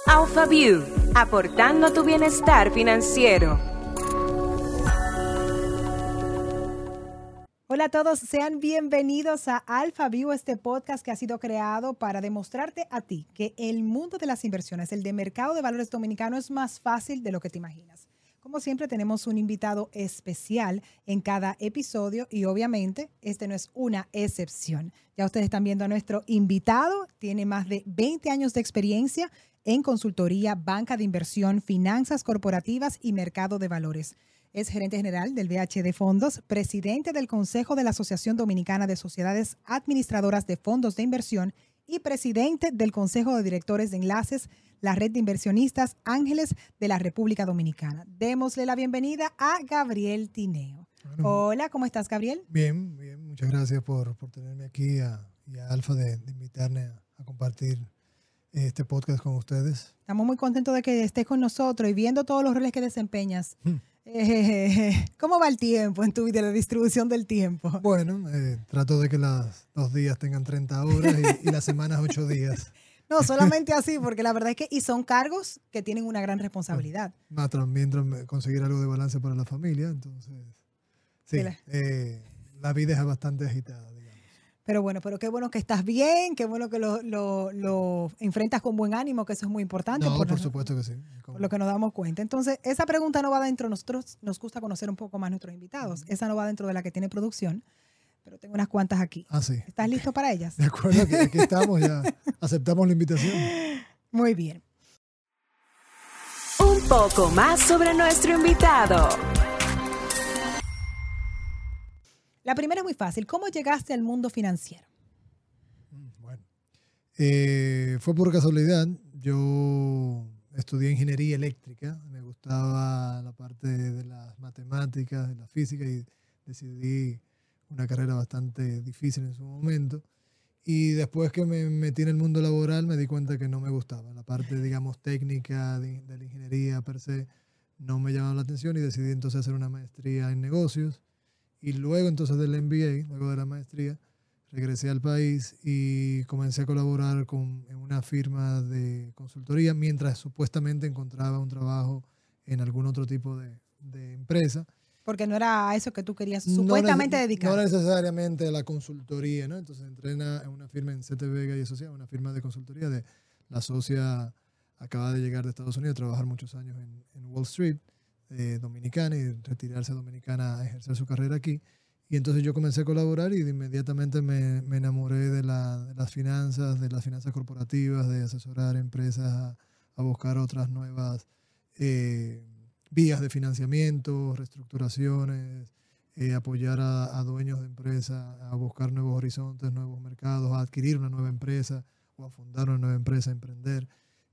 AlphaView, aportando a tu bienestar financiero. Hola a todos, sean bienvenidos a AlphaView, este podcast que ha sido creado para demostrarte a ti que el mundo de las inversiones, el de mercado de valores dominicano, es más fácil de lo que te imaginas. Como siempre, tenemos un invitado especial en cada episodio y obviamente este no es una excepción. Ya ustedes están viendo a nuestro invitado, tiene más de 20 años de experiencia en consultoría, banca de inversión, finanzas corporativas y mercado de valores. Es gerente general del BHD Fondos, presidente del Consejo de la Asociación Dominicana de Sociedades Administradoras de Fondos de Inversión y presidente del Consejo de Directores de Enlaces, la red de inversionistas Ángeles de la República Dominicana. Démosle la bienvenida a Gabriel Tineo. Bueno, hola, ¿cómo estás, Gabriel? Bien, bien. Muchas gracias por tenerme aquí y a Alfa de invitarme a compartir este podcast con ustedes. Estamos muy contentos de que estés con nosotros y viendo todos los roles que desempeñas. ¿Cómo va el tiempo en tu vida, la distribución del tiempo? Bueno, trato de que los días tengan 30 horas y las semanas 8 días. No, solamente así, porque la verdad es que y son cargos que tienen una gran responsabilidad. Más también conseguir algo de balance para la familia, entonces sí, la vida es bastante agitada, digamos. Pero bueno, pero qué bueno que estás bien, qué bueno que lo enfrentas con buen ánimo, que eso es muy importante. No, por supuesto que sí. Por lo que nos damos cuenta. Entonces, esa pregunta no va dentro, nosotros nos gusta conocer un poco más nuestros invitados. Esa no va dentro de la que tiene producción, pero tengo unas cuantas aquí. Ah, sí. ¿Estás listo para ellas? De acuerdo, aquí estamos, ya aceptamos la invitación. Muy bien. Un poco más sobre nuestro invitado. La primera es muy fácil. ¿Cómo llegaste al mundo financiero? Bueno, fue por casualidad. Yo estudié ingeniería eléctrica. Me gustaba la parte de las matemáticas, de la física y decidí una carrera bastante difícil en su momento. Y después que me metí en el mundo laboral me di cuenta que no me gustaba. La parte, digamos, técnica de la ingeniería per se no me llamaba la atención y decidí entonces hacer una maestría en negocios. Y luego entonces del MBA, luego de la maestría, regresé al país y comencé a colaborar en una firma de consultoría mientras supuestamente encontraba un trabajo en algún otro tipo de empresa. Porque no era a eso que tú querías supuestamente dedicar. No necesariamente a la consultoría, ¿no? Entonces entré en una firma en CT Vega y Asociados, una firma de consultoría. La socia acaba de llegar de Estados Unidos a trabajar muchos años en Wall Street, dominicana, y retirarse a Dominicana a ejercer su carrera aquí. Y entonces yo comencé a colaborar y de inmediatamente me enamoré de las finanzas corporativas, de asesorar empresas a buscar otras nuevas vías de financiamiento, reestructuraciones, apoyar a dueños de empresas a buscar nuevos horizontes, nuevos mercados, a adquirir una nueva empresa o a fundar una nueva empresa, a emprender.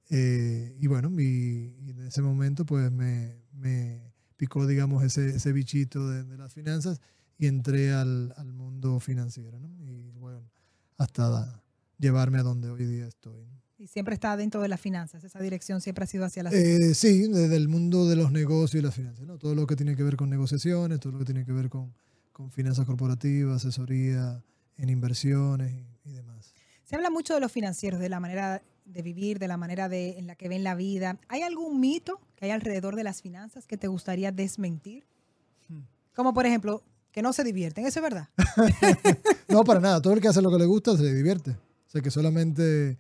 Y bueno, y en ese momento pues me picó, digamos, ese bichito de las finanzas y entré al mundo financiero, ¿no? Y bueno, hasta llevarme a donde hoy día estoy, ¿no? Y siempre está dentro de las finanzas, esa dirección siempre ha sido hacia las sí, desde el mundo de los negocios y las finanzas, ¿no? Todo lo que tiene que ver con negociaciones, todo lo que tiene que ver con finanzas corporativas, asesoría en inversiones y demás. Se habla mucho de los financieros, de la manera de vivir, de la manera en la que ven la vida. ¿Hay algún mito que hay alrededor de las finanzas que te gustaría desmentir? Como por ejemplo, que no se divierten, ¿eso es verdad? No, para nada. Todo el que hace lo que le gusta se divierte. O sea que solamente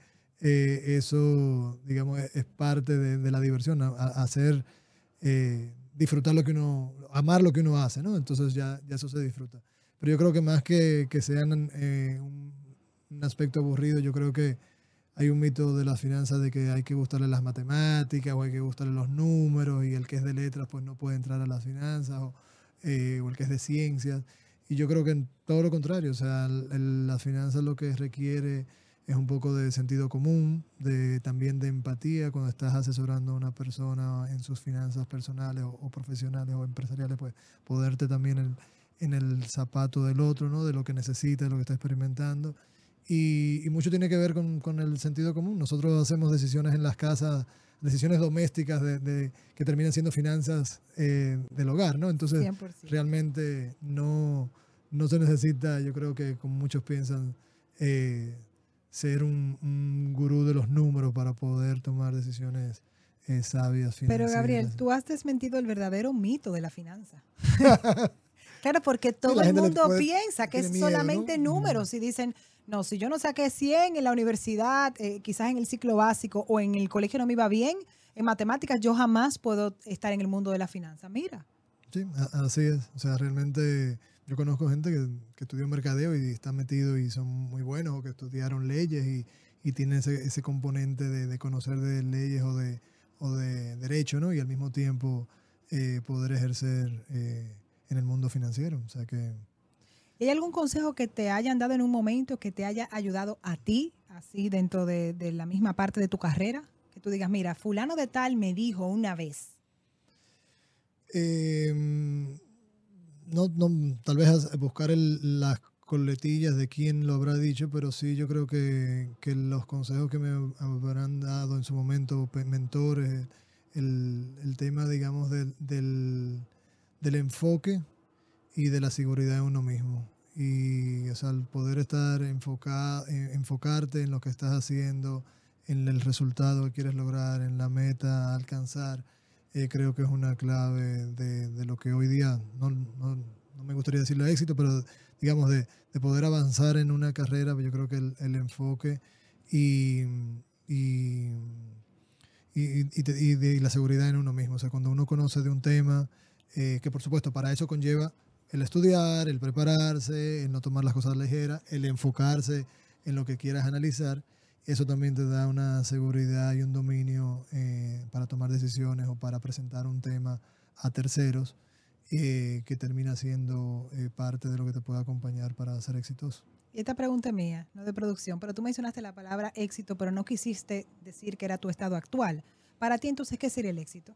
eso, digamos, es parte de la diversión, hacer, disfrutar lo que uno, amar lo que uno hace, ¿no? Entonces ya eso se disfruta. Pero yo creo que más que sean un aspecto aburrido, yo creo que hay un mito de las finanzas de que hay que gustarle las matemáticas o hay que gustarle los números y el que es de letras pues no puede entrar a las finanzas o el que es de ciencias. Y yo creo que todo lo contrario, o sea, las finanzas lo que requiere es un poco de sentido común, también de empatía cuando estás asesorando a una persona en sus finanzas personales o profesionales o empresariales, pues poderte también en el zapato del otro, ¿no? De lo que necesita, de lo que está experimentando. Y mucho tiene que ver con el sentido común. Nosotros hacemos decisiones en las casas, decisiones domésticas que terminan siendo finanzas del hogar, ¿no? Entonces, 100%. Realmente no se necesita, yo creo que como muchos piensan, ser un gurú de los números para poder tomar decisiones sabias financieras. Pero Gabriel, tú has desmentido el verdadero mito de la finanza. Claro, porque todo el mundo piensa que es miedo, solamente, ¿no?, números y dicen, no, si yo no saqué 100 en la universidad, quizás en el ciclo básico o en el colegio no me iba bien, en matemáticas yo jamás puedo estar en el mundo de la finanza. Mira. Sí, así es. O sea, realmente yo conozco gente que estudió mercadeo y están metidos y son muy buenos, o que estudiaron leyes y tienen ese componente de conocer de leyes o de derecho, ¿no? Y al mismo tiempo poder ejercer en el mundo financiero. O sea que... ¿Hay algún consejo que te hayan dado en un momento que te haya ayudado a ti, así dentro de la misma parte de tu carrera? Que tú digas, mira, fulano de tal me dijo una vez. No, tal vez buscar las coletillas de quién lo habrá dicho, pero sí yo creo que los consejos que me habrán dado en su momento mentores, el tema, digamos, del enfoque y de la seguridad en uno mismo. Y o sea, el poder estar enfocarte en lo que estás haciendo, en el resultado que quieres lograr, en la meta a alcanzar, creo que es una clave de lo que hoy día, no me gustaría decirle éxito, pero digamos de poder avanzar en una carrera. Yo creo que el enfoque y la seguridad en uno mismo. O sea, cuando uno conoce de un tema, que por supuesto para eso conlleva el estudiar, el prepararse, el no tomar las cosas ligeras, el enfocarse en lo que quieras analizar, eso también te da una seguridad y un dominio para tomar decisiones o para presentar un tema a terceros, que termina siendo parte de lo que te puede acompañar para ser exitoso. Y esta pregunta es mía, no de producción, pero tú mencionaste la palabra éxito, pero no quisiste decir que era tu estado actual. Para ti, entonces, ¿qué sería el éxito?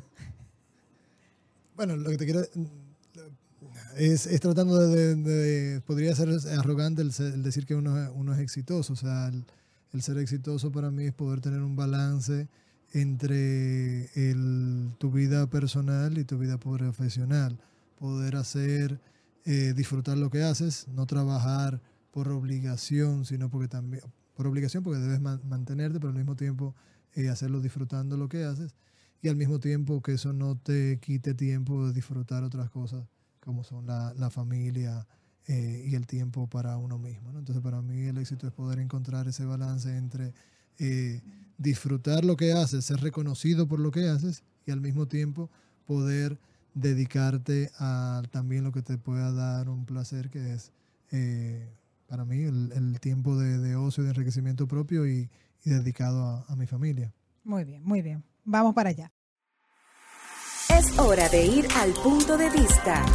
Bueno, lo que te quiero es tratando podría ser arrogante el decir que uno es exitoso. O sea, el ser exitoso para mí es poder tener un balance entre tu vida personal y tu vida profesional. Poder disfrutar lo que haces, no trabajar por obligación, sino porque también, por obligación porque debes mantenerte, pero al mismo tiempo hacerlo disfrutando lo que haces, y al mismo tiempo que eso no te quite tiempo de disfrutar otras cosas como son la familia y el tiempo para uno mismo, ¿no? Entonces para mí el éxito es poder encontrar ese balance entre disfrutar lo que haces, ser reconocido por lo que haces, y al mismo tiempo poder dedicarte a también lo que te pueda dar un placer, que es para mí el tiempo de ocio y de enriquecimiento propio y dedicado a mi familia. Muy bien, muy bien. Vamos para allá. Es hora de ir al punto de vista.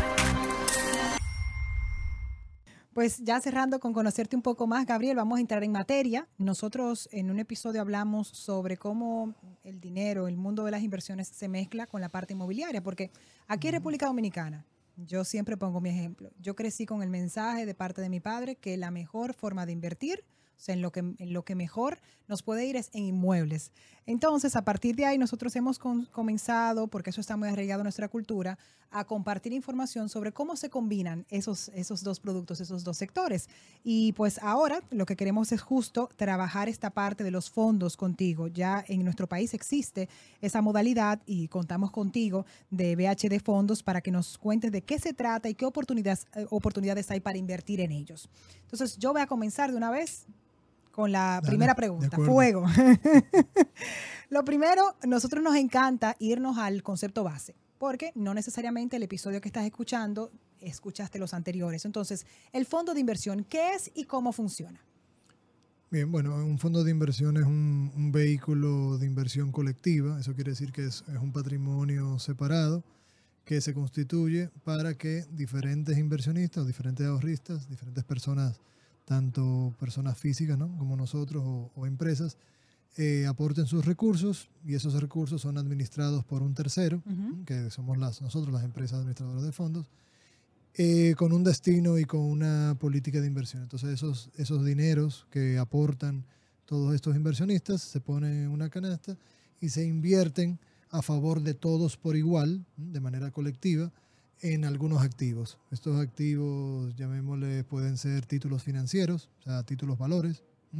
Pues ya cerrando con conocerte un poco más, Gabriel, vamos a entrar en materia. Nosotros en un episodio hablamos sobre cómo el dinero, el mundo de las inversiones se mezcla con la parte inmobiliaria, porque aquí en República Dominicana, yo siempre pongo mi ejemplo, yo crecí con el mensaje de parte de mi padre que la mejor forma de invertir, o sea, en lo que mejor nos puede ir es en inmuebles. Entonces, a partir de ahí, nosotros hemos comenzado, porque eso está muy arraigado en nuestra cultura, a compartir información sobre cómo se combinan esos dos productos, esos dos sectores. Y pues ahora lo que queremos es justo trabajar esta parte de los fondos contigo. Ya en nuestro país existe esa modalidad y contamos contigo de BHD Fondos para que nos cuentes de qué se trata y qué oportunidades hay para invertir en ellos. Entonces, yo voy a comenzar de una vez con la primera pregunta. Fuego. Lo primero, nosotros nos encanta irnos al concepto base, porque no necesariamente el episodio que estás escuchando, escuchaste los anteriores. Entonces, el fondo de inversión, ¿qué es y cómo funciona? Bien, bueno, un fondo de inversión es un vehículo de inversión colectiva. Eso quiere decir que es un patrimonio separado que se constituye para que diferentes inversionistas, diferentes ahorristas, diferentes personas, tanto personas físicas, ¿no?, como nosotros o empresas, aporten sus recursos, y esos recursos son administrados por un tercero, que somos nosotros las empresas administradoras de fondos, con un destino y con una política de inversión. Entonces esos dineros que aportan todos estos inversionistas se ponen en una canasta y se invierten a favor de todos por igual, de manera colectiva, en algunos activos. Estos activos, llamémosle, pueden ser títulos financieros, o sea, títulos valores,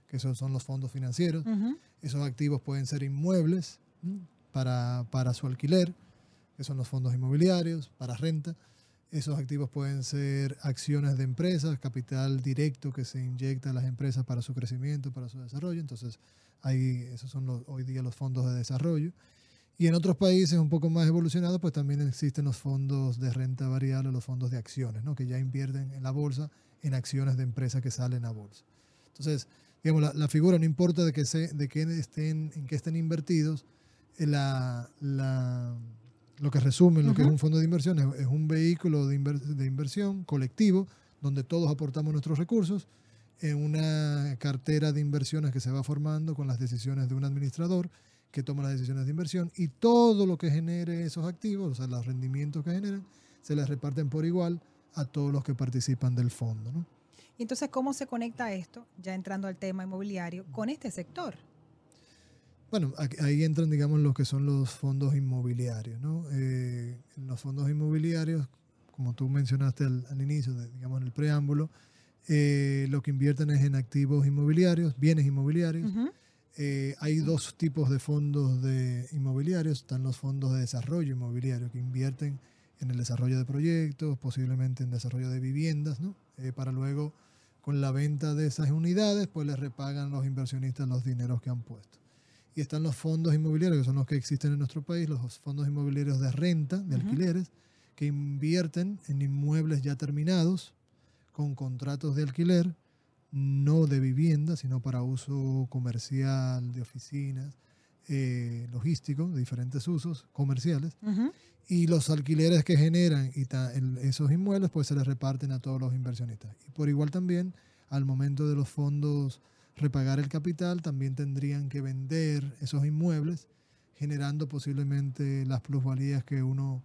que esos son los fondos financieros. Ujú. Esos activos pueden ser inmuebles para su alquiler, que son los fondos inmobiliarios, para renta. Esos activos pueden ser acciones de empresas, capital directo que se inyecta a las empresas para su crecimiento, para su desarrollo. Entonces, esos son hoy día los fondos de desarrollo. Y en otros países un poco más evolucionados, pues también existen los fondos de renta variable, los fondos de acciones, ¿no? Que ya invierten en la bolsa en acciones de empresas que salen a bolsa. Entonces, digamos, la figura no importa en qué estén invertidos, lo que resume lo que es un fondo de inversión es un vehículo de inversión colectivo donde todos aportamos nuestros recursos en una cartera de inversiones que se va formando con las decisiones de un administrador que toma las decisiones de inversión, y todo lo que genere esos activos, o sea, los rendimientos que generan, se les reparten por igual a todos los que participan del fondo, ¿no? Y entonces, ¿cómo se conecta esto, ya entrando al tema inmobiliario, con este sector? Bueno, ahí entran, digamos, lo que son los fondos inmobiliarios, ¿no? Los fondos inmobiliarios, como tú mencionaste al inicio, digamos, en el preámbulo, lo que invierten es en activos inmobiliarios, bienes inmobiliarios. Ujú. Hay dos tipos de fondos inmobiliarios. Están los fondos de desarrollo inmobiliario, que invierten en el desarrollo de proyectos, posiblemente en desarrollo de viviendas, ¿no? Para luego, con la venta de esas unidades, pues les repagan los inversionistas los dineros que han puesto. Y están los fondos inmobiliarios, que son los que existen en nuestro país, los fondos inmobiliarios de renta, de alquileres, que invierten en inmuebles ya terminados, con contratos de alquiler, no de vivienda, sino para uso comercial, de oficinas, logístico, de diferentes usos comerciales. Ujú. Y los alquileres que generan esos inmuebles, pues se les reparten a todos los inversionistas. Y por igual también, al momento de los fondos repagar el capital, también tendrían que vender esos inmuebles, generando posiblemente las plusvalías que uno,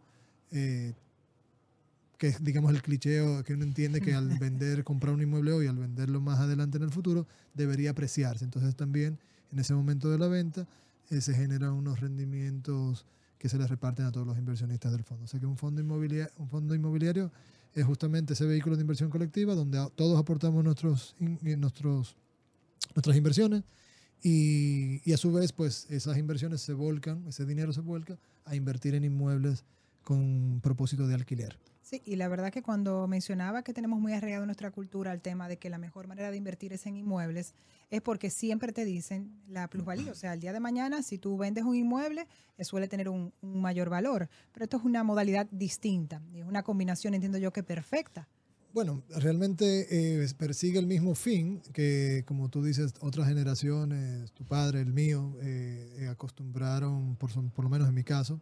que es, digamos, el cliché que uno entiende que al comprar un inmueble hoy, al venderlo más adelante en el futuro, debería apreciarse. Entonces también en ese momento de la venta se generan unos rendimientos que se les reparten a todos los inversionistas del fondo. O sea que un fondo inmobiliario es justamente ese vehículo de inversión colectiva donde todos aportamos nuestras inversiones y a su vez pues esas inversiones ese dinero se vuelca a invertir en inmuebles con propósito de alquiler. Sí, y la verdad que cuando mencionaba que tenemos muy arraigado en nuestra cultura el tema de que la mejor manera de invertir es en inmuebles, es porque siempre te dicen la plusvalía. O sea, el día de mañana, si tú vendes un inmueble, suele tener un mayor valor. Pero esto es una modalidad distinta. Es una combinación, entiendo yo, que perfecta. Bueno, realmente persigue el mismo fin que, como tú dices, otras generaciones, tu padre, el mío, acostumbraron, por lo menos en mi caso,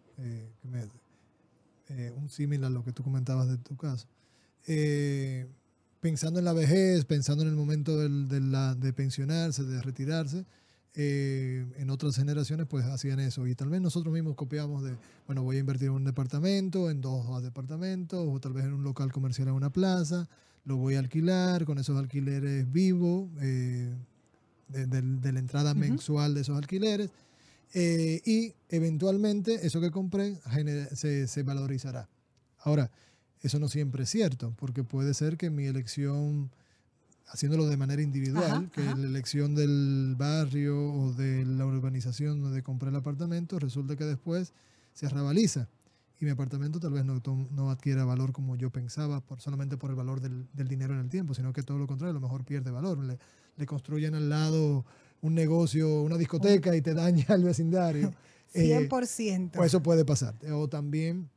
un símil a lo que tú comentabas de tu caso, pensando en la vejez, pensando en el momento de pensionarse, de retirarse. En otras generaciones pues hacían eso, y tal vez nosotros mismos copiamos bueno, voy a invertir en un departamento, en 2 departamentos, o tal vez en un local comercial en una plaza, lo voy a alquilar, con esos alquileres vivo, de la entrada mensual de esos alquileres, y eventualmente eso que compré se valorizará. Ahora, eso no siempre es cierto, porque puede ser que mi elección, haciéndolo de manera individual, la elección del barrio o de la urbanización donde compré el apartamento, resulta que después se arrabaliza y mi apartamento tal vez no adquiera valor como yo pensaba, solamente por el valor del dinero en el tiempo, sino que todo lo contrario, a lo mejor pierde valor. Le construyen al lado un negocio, una discoteca, y te daña el vecindario. 100%. Pues eso puede pasar. O también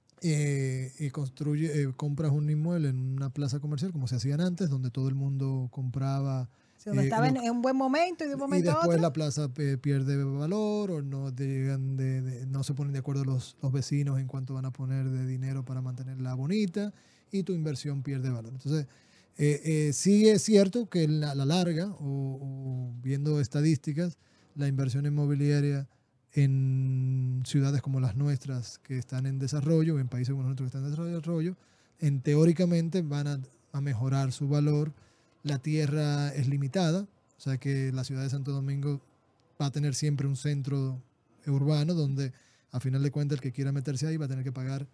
compras un inmueble en una plaza comercial, como se hacían antes, donde todo el mundo compraba. Donde estaba en un buen momento y de un momento y después a otro. la plaza pierde valor, o no se ponen de acuerdo los vecinos en cuánto van a poner de dinero para mantenerla bonita, y tu inversión pierde valor. Entonces, sí es cierto que a la larga, o viendo estadísticas, la inversión inmobiliaria en ciudades como las nuestras, que están en desarrollo, en países como nosotros que están en desarrollo, teóricamente van a mejorar su valor. La tierra es limitada, o sea que la ciudad de Santo Domingo va a tener siempre un centro urbano donde, a final de cuentas, el que quiera meterse ahí va a tener que pagar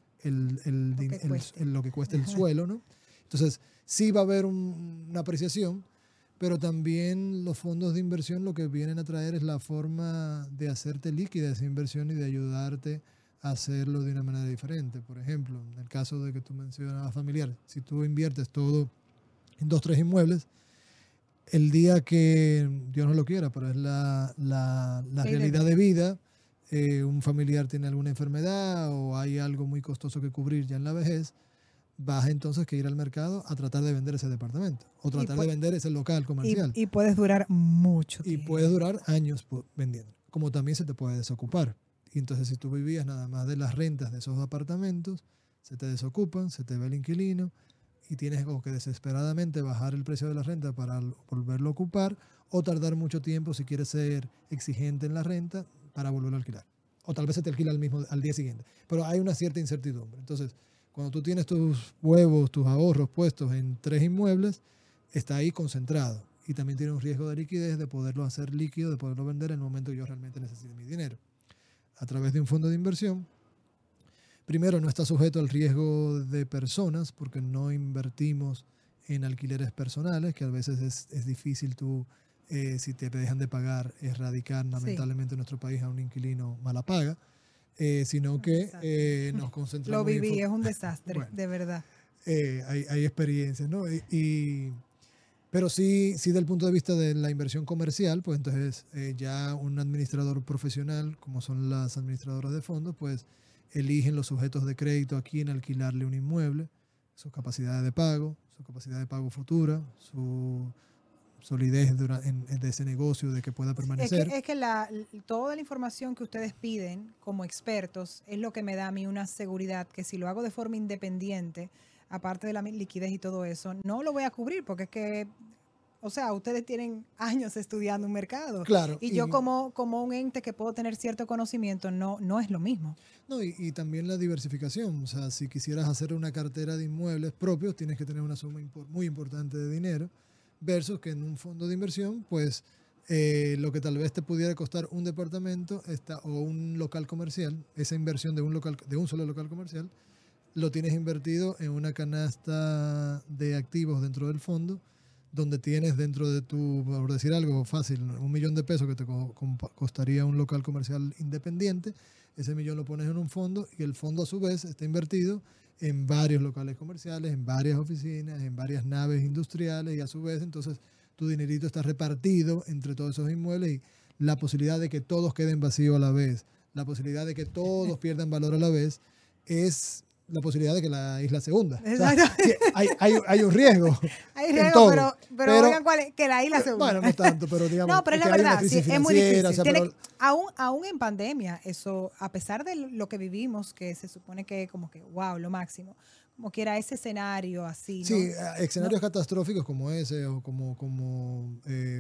lo que cueste el suelo, ¿no? Entonces, sí va a haber una apreciación, pero también los fondos de inversión lo que vienen a traer es la forma de hacerte líquida esa inversión y de ayudarte a hacerlo de una manera diferente. Por ejemplo, en el caso de que tú mencionabas familiar, si tú inviertes todo en 2, 3 inmuebles, el día que, Dios no lo quiera, pero es la realidad de vida, un familiar tiene alguna enfermedad o hay algo muy costoso que cubrir ya en la vejez, vas entonces que ir al mercado a tratar de vender ese departamento o tratar de vender ese local comercial. Y puedes durar mucho tiempo. Y puedes durar años vendiendo. Como también se te puede desocupar. Y entonces si tú vivías nada más de las rentas de esos apartamentos, se te desocupan, se te ve el inquilino y tienes como que desesperadamente bajar el precio de la renta para volverlo a ocupar o tardar mucho tiempo si quieres ser exigente en la renta para volverlo a alquilar. O tal vez se te alquila al día siguiente. Pero hay una cierta incertidumbre. Entonces, cuando tú tienes tus huevos, tus ahorros puestos en 3 inmuebles, está ahí concentrado. Y también tiene un riesgo de liquidez, de poderlo hacer líquido, de poderlo vender en el momento que yo realmente necesite mi dinero. A través de un fondo de inversión, primero no está sujeto al riesgo de personas, porque no invertimos en alquileres personales, que a veces es difícil tú, si te dejan de pagar, erradicar lamentablemente en nuestro país a un inquilino mala paga. Sino que nos concentramos. Lo viví, es un desastre, bueno, de verdad. Hay experiencias, ¿no? Pero sí, desde el punto de vista de la inversión comercial, pues entonces ya un administrador profesional, como son las administradoras de fondos, pues eligen los sujetos de crédito a quien alquilarle un inmueble, sus capacidades de pago, su capacidad de pago futura, su solidez de ese negocio, de que pueda permanecer. Es que toda la información que ustedes piden como expertos es lo que me da a mí una seguridad que si lo hago de forma independiente, aparte de la liquidez y todo eso, no lo voy a cubrir porque es que, o sea, ustedes tienen años estudiando un mercado. Claro. Y yo como un ente que puedo tener cierto conocimiento, no es lo mismo. No, y también la diversificación. O sea, si quisieras hacer una cartera de inmuebles propios, tienes que tener una suma muy importante de dinero. Versus que en un fondo de inversión, pues lo que tal vez te pudiera costar un departamento o un local comercial, esa inversión de un solo local comercial, lo tienes invertido en una canasta de activos dentro del fondo, donde tienes dentro de por decir algo fácil, $1.000.000 que te costaría un local comercial independiente. Ese millón lo pones en un fondo y el fondo a su vez está invertido en varios locales comerciales, en varias oficinas, en varias naves industriales y a su vez entonces tu dinerito está repartido entre todos esos inmuebles y la posibilidad de que todos queden vacíos a la vez, la posibilidad de que todos pierdan valor a la vez es la posibilidad de que la isla se hunda. Exacto. O sea, hay un riesgo. Hay riesgo, pero oigan cuál es, que la isla se hunda. Bueno, no tanto, pero digamos. No, pero es la verdad, sí, es muy difícil. O sea, aún en pandemia, eso, a pesar de lo que vivimos, que se supone que como que, wow, lo máximo, como que era ese escenario así, ¿no? Sí, escenarios catastróficos como ese, o como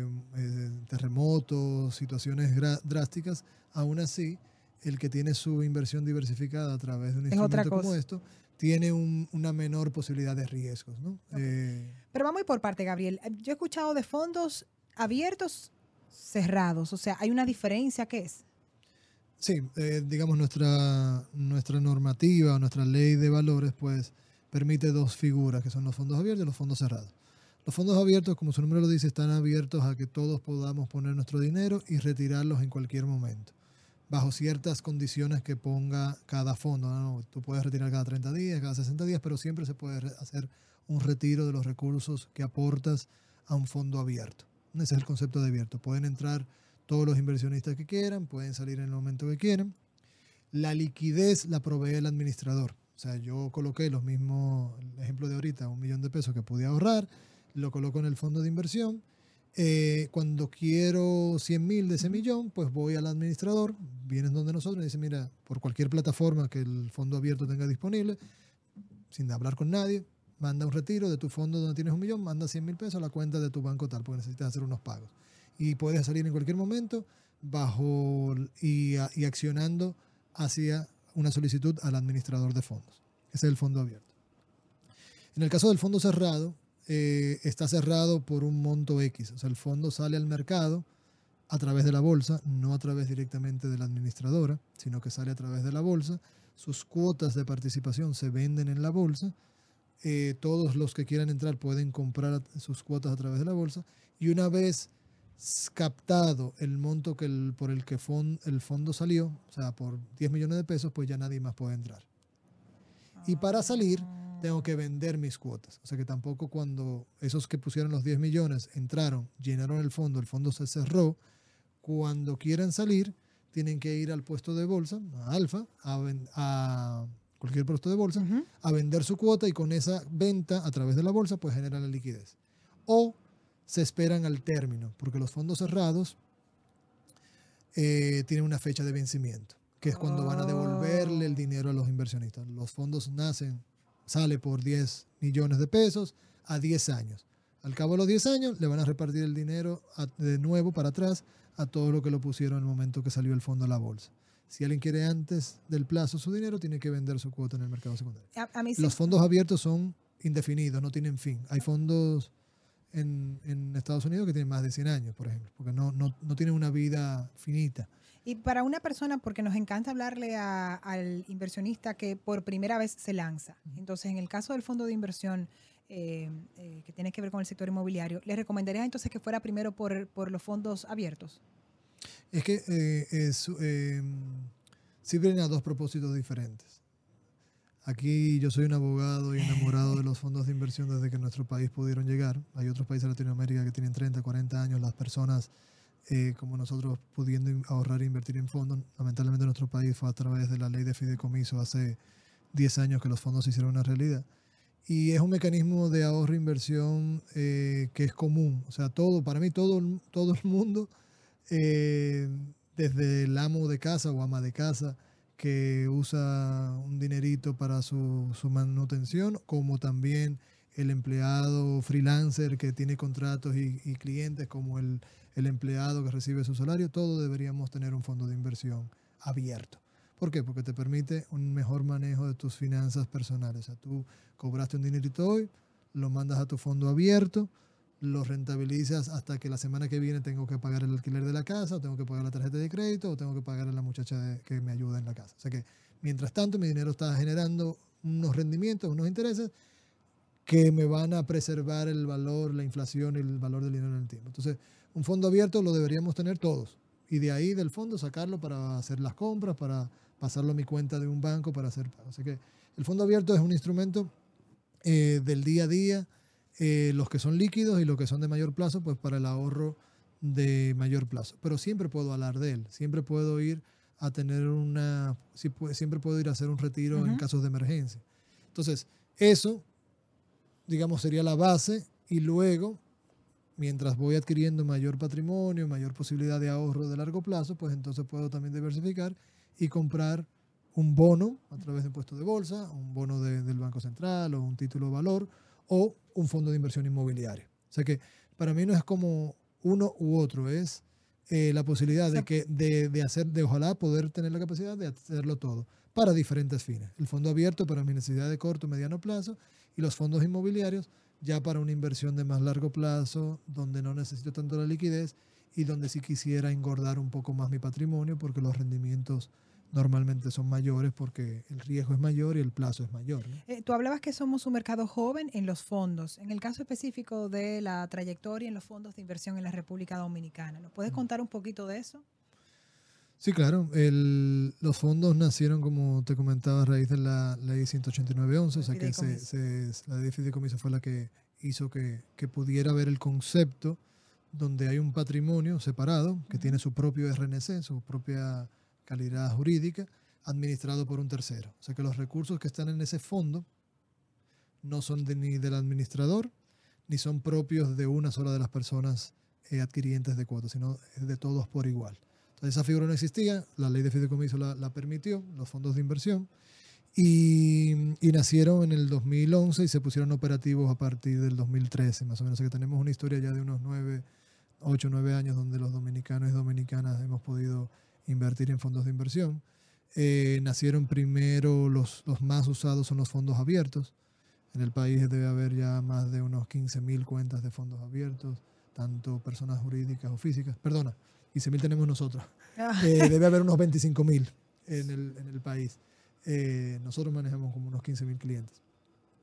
terremotos, situaciones drásticas, aún así, el que tiene su inversión diversificada a través de un instrumento como esto, tiene una menor posibilidad de riesgos, ¿no? Okay. Pero vamos a ir por parte, Gabriel. Yo he escuchado de fondos abiertos, cerrados. O sea, ¿hay una diferencia? ¿Qué es? Sí, digamos nuestra normativa o nuestra ley de valores, pues, permite 2 figuras, que son los fondos abiertos y los fondos cerrados. Los fondos abiertos, como su nombre lo dice, están abiertos a que todos podamos poner nuestro dinero y retirarlos en cualquier momento, bajo ciertas condiciones que ponga cada fondo, ¿no? Tú puedes retirar cada 30 días, cada 60 días, pero siempre se puede hacer un retiro de los recursos que aportas a un fondo abierto. Ese es el concepto de abierto. Pueden entrar todos los inversionistas que quieran, pueden salir en el momento que quieran. La liquidez la provee el administrador. O sea, yo coloqué el ejemplo de ahorita, $1.000.000 que pude ahorrar, lo coloco en el fondo de inversión. Cuando quiero 100.000 de ese millón, pues voy al administrador, vienen donde nosotros y dicen, mira, por cualquier plataforma que el fondo abierto tenga disponible, sin hablar con nadie, manda un retiro de tu fondo donde tienes $1.000.000, manda $100.000 a la cuenta de tu banco tal, porque necesitas hacer unos pagos. Y puedes salir en cualquier momento y accionando hacia una solicitud al administrador de fondos. Ese es el fondo abierto. En el caso del fondo cerrado, está cerrado por un monto X. O sea, el fondo sale al mercado a través de la bolsa, no a través directamente de la administradora, sino que sale a través de la bolsa. Sus cuotas de participación se venden en la bolsa. Todos los que quieran entrar pueden comprar sus cuotas a través de la bolsa Y una vez captado el monto por el que el fondo salió, o sea, por 10 millones de pesos, pues ya nadie más puede entrar. Y para salir, tengo que vender mis cuotas. O sea que tampoco cuando esos que pusieron los 10 millones entraron, llenaron el fondo se cerró, cuando quieran salir, tienen que ir al puesto de bolsa, a Alfa, a cualquier puesto de bolsa, a vender su cuota y con esa venta a través de la bolsa, pues generan la liquidez. O se esperan al término, porque los fondos cerrados tienen una fecha de vencimiento, que es cuando van a devolverle el dinero a los inversionistas. Los fondos sale por 10 millones de pesos a 10 años. Al cabo de los 10 años le van a repartir el dinero de nuevo para atrás a todo lo que lo pusieron en el momento que salió el fondo a la bolsa. Si alguien quiere antes del plazo su dinero, tiene que vender su cuota en el mercado secundario. A mí sí. Los fondos abiertos son indefinidos, no tienen fin. Hay fondos en Estados Unidos que tienen más de 100 años, por ejemplo, porque no tienen una vida finita. Y para una persona, porque nos encanta hablarle al inversionista que por primera vez se lanza. Entonces, en el caso del fondo de inversión que tiene que ver con el sector inmobiliario, ¿le recomendaría entonces que fuera primero por los fondos abiertos? Es que sirven a dos propósitos diferentes. Aquí yo soy un abogado y enamorado de los fondos de inversión desde que nuestro país pudieron llegar. Hay otros países de Latinoamérica que tienen 30, 40 años. Las personas como nosotros pudiendo ahorrar e invertir en fondos. Lamentablemente nuestro país fue a través de la ley de fideicomiso hace 10 años que los fondos se hicieron una realidad. Y es un mecanismo de ahorro e inversión que es común. O sea, para mí todo el mundo, desde el amo de casa o ama de casa que usa un dinerito para su manutención, como también el empleado freelancer que tiene contratos y clientes, como el empleado que recibe su salario, todos deberíamos tener un fondo de inversión abierto. ¿Por qué? Porque te permite un mejor manejo de tus finanzas personales. O sea, tú cobraste un dinerito hoy, lo mandas a tu fondo abierto, lo rentabilizas hasta que la semana que viene tengo que pagar el alquiler de la casa, o tengo que pagar la tarjeta de crédito, o tengo que pagar a la muchacha que me ayuda en la casa. O sea que, mientras tanto, mi dinero está generando unos rendimientos, unos intereses que me van a preservar el valor, la inflación y el valor del dinero en el tiempo. Entonces, un fondo abierto lo deberíamos tener todos. Y de ahí del fondo sacarlo para hacer las compras, para pasarlo a mi cuenta de un banco para hacer pagos. Así que el fondo abierto es un instrumento del día a día, los que son líquidos y los que son de mayor plazo, pues para el ahorro de mayor plazo. Pero siempre puedo hablar de él, siempre puedo ir a tener siempre puedo ir a hacer un retiro en casos de emergencia. Entonces, eso, digamos, sería la base y luego, mientras voy adquiriendo mayor patrimonio, mayor posibilidad de ahorro de largo plazo, pues entonces puedo también diversificar y comprar un bono a través de un puesto de bolsa, un bono del Banco Central o un título de valor o un fondo de inversión inmobiliaria. O sea que para mí no es como uno u otro, es la posibilidad de ojalá poder tener la capacidad de hacerlo todo para diferentes fines. El fondo abierto para mi necesidad de corto, mediano plazo y los fondos inmobiliarios ya para una inversión de más largo plazo, donde no necesito tanto la liquidez y donde sí quisiera engordar un poco más mi patrimonio porque los rendimientos normalmente son mayores porque el riesgo es mayor y el plazo es mayor, ¿no? Tú hablabas que somos un mercado joven en los fondos. En el caso específico de la trayectoria en los fondos de inversión en la República Dominicana, ¿nos puedes contar un poquito de eso? Sí, claro. Los fondos nacieron, como te comentaba, a raíz de la ley 189.11, o sea que la ley de fideicomiso fue la que hizo que pudiera haber el concepto donde hay un patrimonio separado que tiene su propio RNC, su propia calidad jurídica, administrado por un tercero. O sea que los recursos que están en ese fondo no son ni del administrador, ni son propios de una sola de las personas adquirientes de cuotas, sino de todos por igual. Entonces esa figura no existía, la ley de fideicomiso la permitió, los fondos de inversión, y nacieron en el 2011 y se pusieron operativos a partir del 2013, más o menos. O sea que tenemos una historia ya de unos 8 o 9 años donde los dominicanos y dominicanas hemos podido invertir en fondos de inversión. Nacieron primero, los más usados son los fondos abiertos. En el país debe haber ya más de unos 15.000 cuentas de fondos abiertos, tanto personas jurídicas o físicas. Perdona, 15.000 tenemos nosotros. Debe haber unos 25.000 en el país. Nosotros manejamos como unos 15.000 clientes.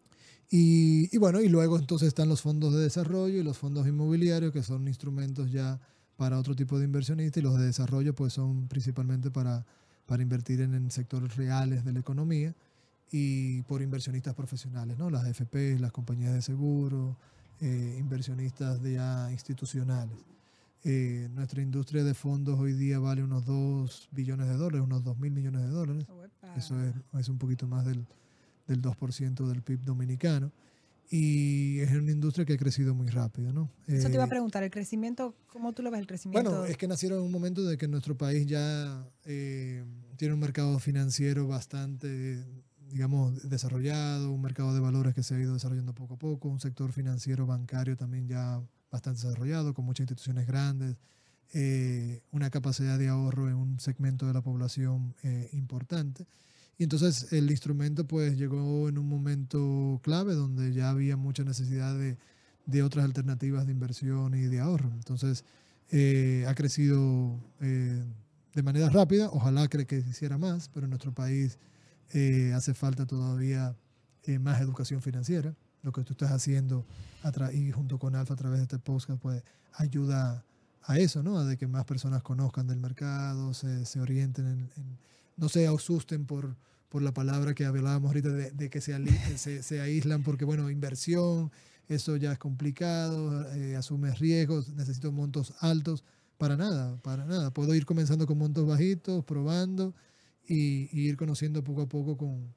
Y bueno, y luego entonces están los fondos de desarrollo y los fondos inmobiliarios, que son instrumentos ya para otro tipo de inversionistas, y los de desarrollo pues son principalmente para invertir en sectores reales de la economía y por inversionistas profesionales, ¿no? Las AFP, las compañías de seguro, inversionistas ya institucionales. Nuestra industria de fondos hoy día vale unos 2 billones de dólares, unos 2.000 millones de dólares. Eso es un poquito más del 2% del PIB dominicano. Y es una industria que ha crecido muy rápido, ¿no? Eso te iba a preguntar, el crecimiento, ¿cómo tú lo ves el crecimiento? Bueno, es que nacieron en un momento de que nuestro país ya tiene un mercado financiero bastante, digamos, desarrollado, un mercado de valores que se ha ido desarrollando poco a poco, un sector financiero bancario también ya bastante desarrollado, con muchas instituciones grandes, una capacidad de ahorro en un segmento de la población importante. Y entonces el instrumento pues llegó en un momento clave donde ya había mucha necesidad de otras alternativas de inversión y de ahorro. Entonces ha crecido de manera rápida, ojalá que hiciera más, pero en nuestro país hace falta todavía más educación financiera. Lo que tú estás haciendo y junto con Alfa a través de este podcast pues ayuda a eso, ¿no? A de que más personas conozcan del mercado, se orienten no se asusten por la palabra que hablábamos ahorita de que se aíslan porque, bueno, inversión, eso ya es complicado, asumes riesgos, necesito montos altos. Para nada, para nada. Puedo ir comenzando con montos bajitos, probando y ir conociendo poco a poco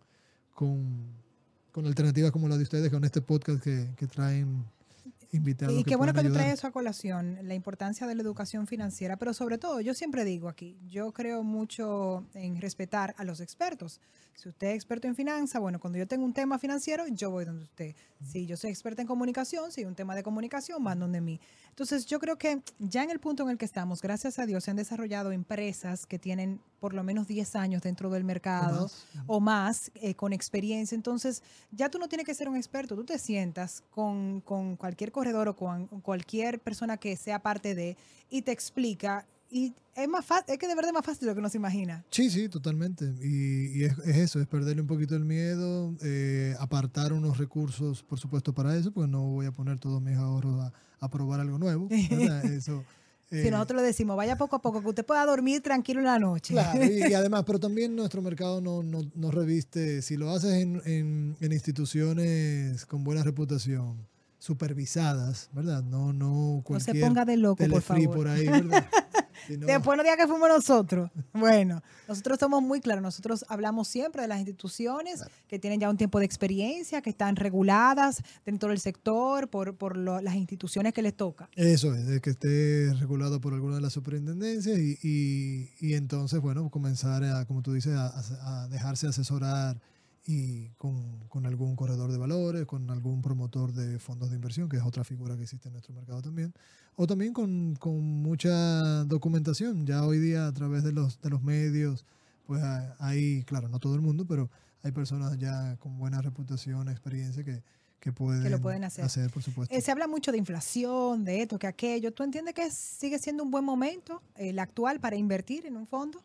con alternativas como la de ustedes, con este podcast que traen invitados. Y qué bueno que tú ayudar. traes eso a colación, la importancia de la educación financiera, pero sobre todo, yo siempre digo aquí, yo creo mucho en respetar a los expertos. Si usted es experto en finanzas, bueno, cuando yo tengo un tema financiero, yo voy donde usted. Si yo soy experta en comunicación, si hay un tema de comunicación, van donde mí. Entonces, yo creo que ya en el punto en el que estamos, gracias a Dios, se han desarrollado empresas que tienen por lo menos 10 años dentro del mercado o más con experiencia. Entonces, ya tú no tienes que ser un experto, tú te sientas con cualquier corredor o con cualquier persona que sea parte de y te explica. Y es más fácil, es que de verdad es más fácil de lo que uno se imagina. Sí, totalmente. Y es eso, es perderle un poquito el miedo, apartar unos recursos, por supuesto, para eso, pues no voy a poner todos mis ahorros a probar algo nuevo, ¿verdad? Eso. Si nosotros le decimos, vaya poco a poco, que usted pueda dormir tranquilo en la noche. Claro, y además, pero también nuestro mercado no reviste, si lo haces en instituciones con buena reputación, supervisadas, ¿verdad? No cualquier se ponga de loco, por favor. por ahí, ¿verdad? No. Después no diga que fuimos nosotros. Bueno, nosotros somos muy claros. Nosotros hablamos siempre de las instituciones que tienen ya un tiempo de experiencia, que están reguladas dentro del sector por las instituciones que les toca. Eso es que esté regulado por alguna de las superintendencias y entonces, bueno, comenzar a, como tú dices, a dejarse asesorar y con algún corredor de valores, con algún promotor de fondos de inversión, que es otra figura que existe en nuestro mercado también, o también con mucha documentación. Ya hoy día a través de los medios, pues hay, claro, no todo el mundo, pero hay personas ya con buena reputación, experiencia que lo pueden hacer, por supuesto. Se habla mucho de inflación, de esto, que aquello. ¿Tú entiendes que sigue siendo un buen momento, el actual, para invertir en un fondo?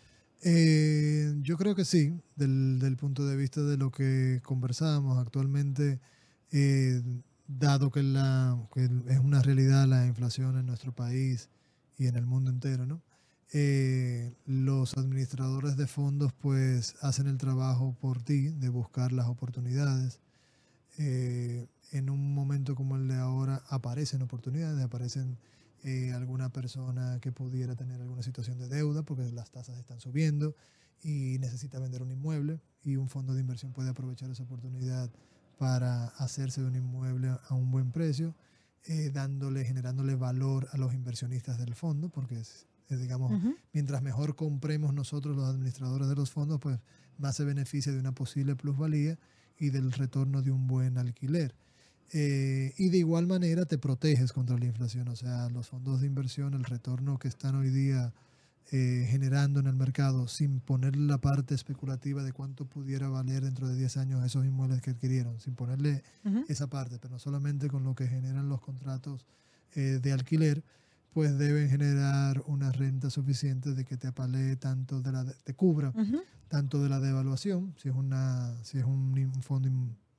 Yo creo que sí, del punto de vista de lo que conversábamos actualmente, dado que es una realidad la inflación en nuestro país y en el mundo entero, ¿no? Los administradores de fondos pues hacen el trabajo por ti de buscar las oportunidades. En un momento como el de ahora aparecen oportunidades, aparecen alguna persona que pudiera tener alguna situación de deuda porque las tasas están subiendo y necesita vender un inmueble y un fondo de inversión puede aprovechar esa oportunidad para hacerse de un inmueble a un buen precio, generándole valor a los inversionistas del fondo, porque digamos, mientras mejor compremos nosotros los administradores de los fondos, pues más se beneficia de una posible plusvalía y del retorno de un buen alquiler. Y de igual manera te proteges contra la inflación, o sea, los fondos de inversión, el retorno que están hoy día generando en el mercado sin poner la parte especulativa de cuánto pudiera valer dentro de 10 años esos inmuebles que adquirieron, sin ponerle esa parte, pero no solamente con lo que generan los contratos de alquiler, pues deben generar una renta suficiente de que te apalee te cubra tanto de la devaluación, si es un fondo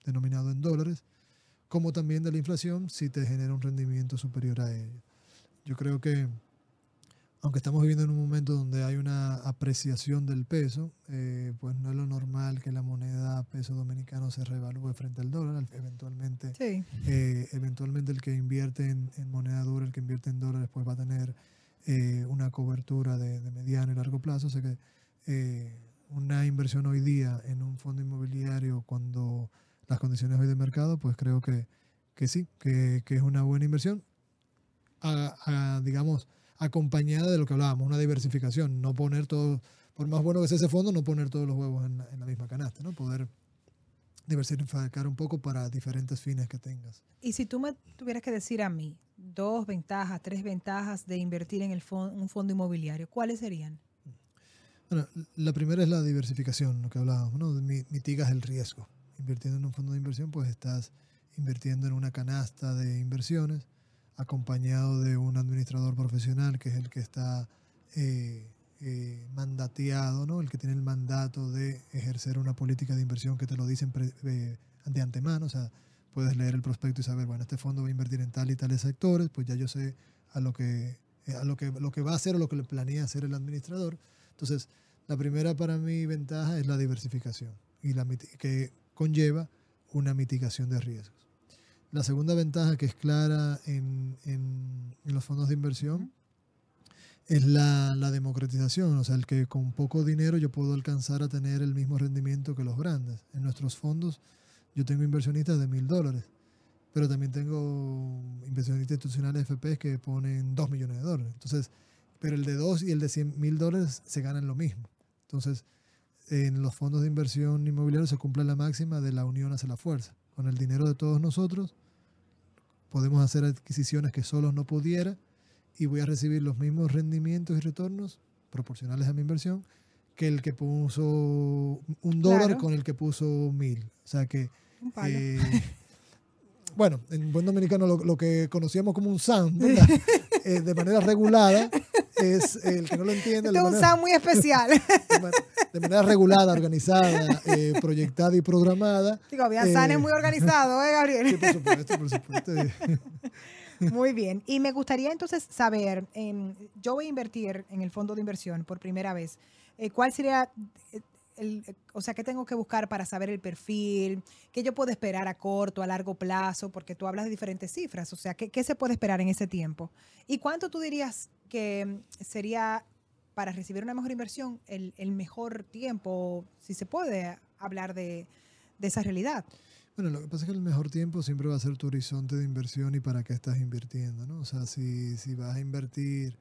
denominado en dólares, como también de la inflación si te genera un rendimiento superior a ello. Yo creo que, aunque estamos viviendo en un momento donde hay una apreciación del peso, pues no es lo normal que la moneda peso dominicano se revalúe frente al dólar. Eventualmente, Sí. eventualmente el que invierte en moneda dura, el que invierte en dólares, pues va a tener una cobertura de mediano y largo plazo. O sea que una inversión hoy día en un fondo inmobiliario, cuando las condiciones hoy de mercado, pues creo que sí, que es una buena inversión, digamos, acompañada de lo que hablábamos, una diversificación, no poner todo, por más bueno que sea ese fondo, no poner todos los huevos en la misma canasta, ¿no? Poder diversificar un poco para diferentes fines que tengas. Y si tú me tuvieras que decir a mí 2 ventajas, 3 ventajas de invertir en un fondo inmobiliario, ¿cuáles serían? Bueno, la primera es la diversificación, lo que hablábamos, ¿no? Mitigas el riesgo. Invirtiendo en un fondo de inversión, pues estás invirtiendo en una canasta de inversiones, acompañado de un administrador profesional que es el que está mandateado, ¿no? El que tiene el mandato de ejercer una política de inversión que te lo dicen de antemano. O sea, puedes leer el prospecto y saber, bueno, este fondo va a invertir en tal y tales sectores, pues ya yo sé lo que va a hacer o lo que le planea hacer el administrador. Entonces, la primera para mí ventaja es la diversificación y que conlleva una mitigación de riesgos. La segunda ventaja, que es clara en los fondos de inversión, es la democratización. O sea, el que con poco dinero yo puedo alcanzar a tener el mismo rendimiento que los grandes. En nuestros fondos yo tengo inversionistas de $1,000, pero también tengo inversionistas institucionales FPs que ponen $2 millones. Entonces, pero el de 2 y el de $100,000 se ganan lo mismo. Entonces, en los fondos de inversión inmobiliaria se cumple la máxima de la unión hace la fuerza. Con el dinero de todos nosotros podemos hacer adquisiciones que solos no pudiera y voy a recibir los mismos rendimientos y retornos proporcionales a mi inversión que el que puso $1 Claro. con el que puso 1,000. O sea que, Un palo. bueno, en buen dominicano lo que conocíamos como un SAM, ¿verdad? De manera regulada, es el que no lo entiende. Este es un SAM muy especial. De manera regulada, organizada, proyectada y programada. Digo, Bianzán es muy organizado, Gabriel? Sí, por supuesto. Muy bien. Y me gustaría entonces saber, yo voy a invertir en el fondo de inversión por primera vez. ¿Cuál sería, o sea, qué tengo que buscar para saber el perfil? ¿Qué yo puedo esperar a corto, a largo plazo? Porque tú hablas de diferentes cifras. O sea, ¿qué se puede esperar en ese tiempo? ¿Y cuánto tú dirías que sería para recibir una mejor inversión el mejor tiempo, si se puede hablar de esa realidad? Bueno, lo que pasa es que el mejor tiempo siempre va a ser tu horizonte de inversión y para qué estás invirtiendo, ¿no? O sea, si vas a invertir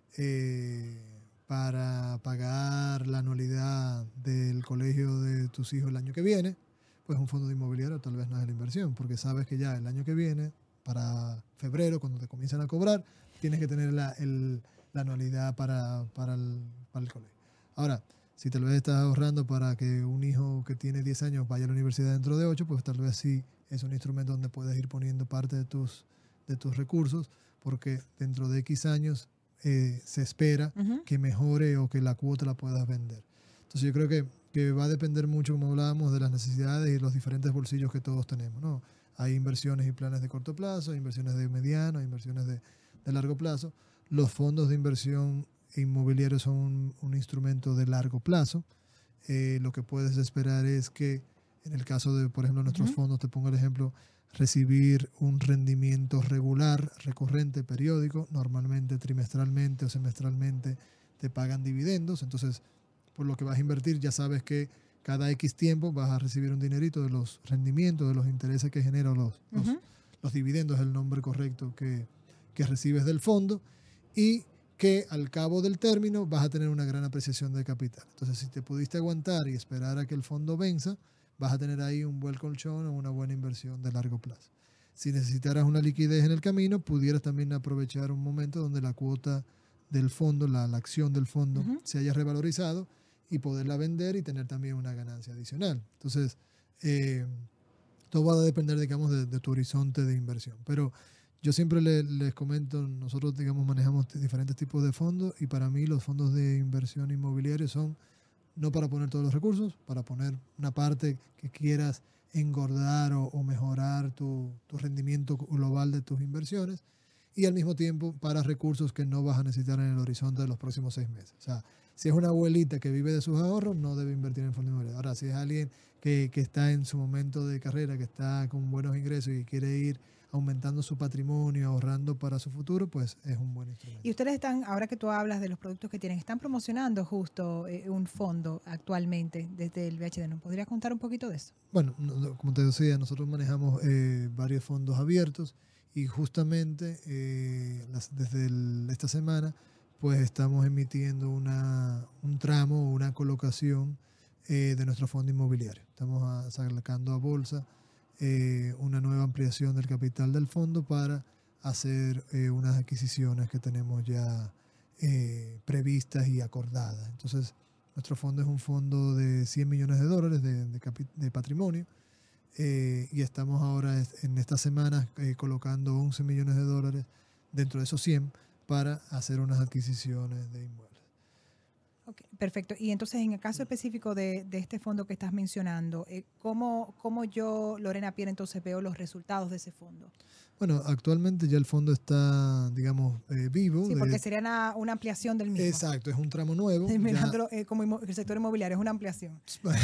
para pagar la anualidad del colegio de tus hijos el año que viene, pues un fondo de inmobiliario tal vez no es la inversión, porque sabes que ya el año que viene, para febrero, cuando te comienzan a cobrar, tienes que tener la anualidad para el colegio. Ahora, si tal vez estás ahorrando para que un hijo que tiene 10 años vaya a la universidad dentro de 8, pues tal vez sí es un instrumento donde puedes ir poniendo parte de tus recursos, porque dentro de X años se espera que mejore o que la cuota la puedas vender. Entonces yo creo que va a depender mucho, como hablábamos, de las necesidades y los diferentes bolsillos que todos tenemos, ¿no? Hay inversiones y planes de corto plazo, inversiones de mediano, inversiones de largo plazo. Los fondos de inversión inmobiliarios son un instrumento de largo plazo. Lo que puedes esperar es que, en el caso de, por ejemplo, nuestros fondos, te pongo el ejemplo, recibir un rendimiento regular, recurrente, periódico, normalmente trimestralmente o semestralmente te pagan dividendos. Entonces, por lo que vas a invertir, ya sabes que cada X tiempo vas a recibir un dinerito de los rendimientos, de los intereses que generan los dividendos, es el nombre correcto que recibes del fondo, y que al cabo del término vas a tener una gran apreciación de capital. Entonces, si te pudiste aguantar y esperar a que el fondo venza, vas a tener ahí un buen colchón o una buena inversión de largo plazo. Si necesitaras una liquidez en el camino, pudieras también aprovechar un momento donde la cuota del fondo, la acción del fondo, se haya revalorizado y poderla vender y tener también una ganancia adicional. Entonces, todo va a depender, digamos, de tu horizonte de inversión. Pero yo siempre les comento, nosotros, digamos, manejamos diferentes tipos de fondos y para mí los fondos de inversión inmobiliaria son no para poner todos los recursos, para poner una parte que quieras engordar o mejorar tu rendimiento global de tus inversiones, y al mismo tiempo para recursos que no vas a necesitar en el horizonte de los próximos 6 meses. O sea, si es una abuelita que vive de sus ahorros, no debe invertir en fondos inmobiliarios. Ahora, si es alguien que está en su momento de carrera, que está con buenos ingresos y quiere ir aumentando su patrimonio, ahorrando para su futuro, pues es un buen instrumento. Y ustedes están, ahora que tú hablas de los productos que tienen, están promocionando justo un fondo actualmente desde el VHD. ¿Nos podrías contar un poquito de eso? Bueno, como te decía, nosotros manejamos varios fondos abiertos y justamente desde esta semana pues estamos emitiendo un tramo o una colocación de nuestro fondo inmobiliario. Estamos sacando a bolsa una nueva ampliación del capital del fondo para hacer unas adquisiciones que tenemos ya previstas y acordadas. Entonces, nuestro fondo es un fondo de $100 millones de patrimonio y estamos ahora en estas semanas colocando $11 millones dentro de esos 100 para hacer unas adquisiciones de inmuebles. Okay, perfecto. Y entonces, en el caso específico de este fondo que estás mencionando, ¿cómo yo, Lorena Pierre, entonces veo los resultados de ese fondo? Bueno, actualmente ya el fondo está, digamos, vivo. Sí, porque sería una ampliación del mismo. Exacto, es un tramo nuevo. Mirándolo como el sector inmobiliario, es una ampliación.